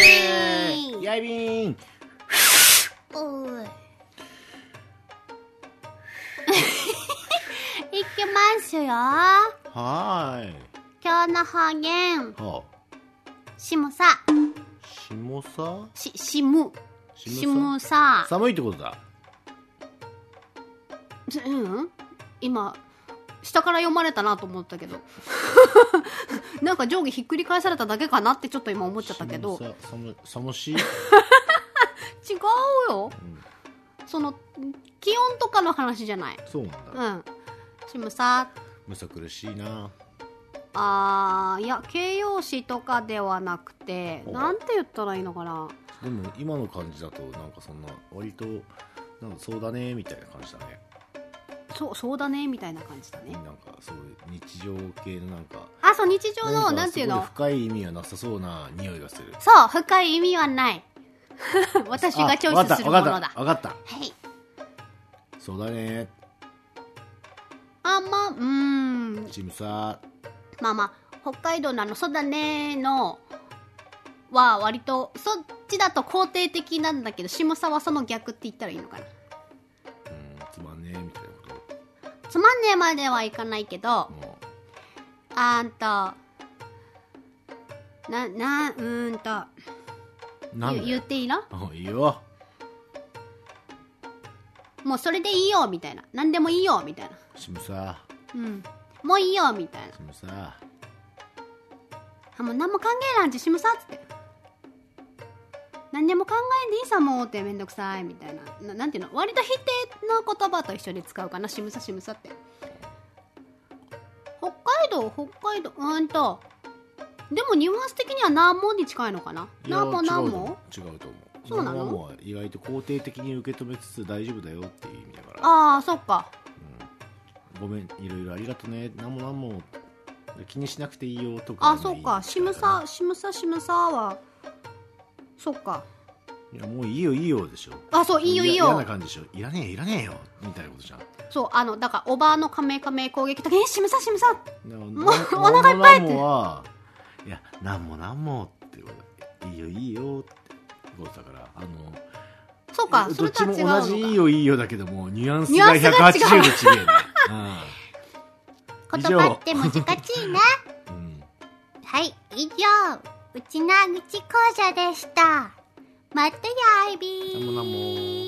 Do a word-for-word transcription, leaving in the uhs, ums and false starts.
ーイ。 やいびん。 おい。いきますよ。 はーい。 今日の方言。 はしむさ。 しもさし、しむ。 ししむさ。 寒いってことだ。 うん今、下から読まれたなと思ったけど。なんか上下ひっくり返されただけかなってちょっと今思っちゃったけど。 しもさ、さむ、さもしい。違う違うよ。その、気温とかの話じゃない。 そうなんだ。 うん。しむさ。 むさ苦しいな。 あー、いや、形容詞とかではなくて、 おなんて言ったらいいのかな。 でも今の感じだとなんかそんな割となんかそうだねみたいな感じだね。 そう、そうだね、みたいな感じだね。 なんかそういう日常系のなんかあ、そう、日常の、なんていうの。 すごい深い意味はなさそうな匂いがする。 そう、深い意味はない。私がチョイスするものだ。 わかったわかった。 はい。 そうだね。 あ、まあ、うーん。 チームさ。 まあまあ、北海道のあの、そうだねーの、は割と、そっちだと肯定的なんだけど、下さはその逆って言ったらいいのかな。 うん、つまんねえみたいなこつまんねえまではいかないけど、 と。もあんと、な、な、うーんと、 うなんだよ。 言っていいの？ あ、いいよ。 もうそれでいいよ、みたいな。なんでもいいよ、みたいな。 チームさ。 うん。もういいよ、みたいな。 チームさ。 あ、もう何も考えらんち、しむさ、つって。何でも考えんでいいさ、もうってめんどくさい、みたいな。な、なんていうの？割と否定の言葉と一緒に使うかな、しむさ、しむさって。北海道、北海道、うーんと。でもニュアンス的にはなんもに近いのかな？ いやなんもなん違うと思もう。違うと思う。 そうなの？ なんもは意外と肯定的に受け止めつつ大丈夫だよっていう意味だから。 ああ、そっか。 ごめん、いろいろありがとね。なんもなんも気にしなくていいよとか。 あ、そっか。しむさ、しむさ、しむさは、そっか。 いや、もういいよいいよでしょ。 あ、そう、いいよいいよ。 嫌な感じでしょ。いらねえいらねえよみたいなことじゃん。 そう、あの、だから、おばあのカメカメ攻撃とか、え、しむさ、しむさ。 ももうお腹いっぱいってなんもは、いや、なんもなんもってこと、いいよいいよってことだから、あの、 そうか、そどっちもれとは違うのか。 同じいいよいいよだけども、ニュアンスがひゃくはちじゅうど違えね。 言葉って難しいな。 うん、 はい、以上、うちなぐち講座でした。またやいびー。 なんもなんも。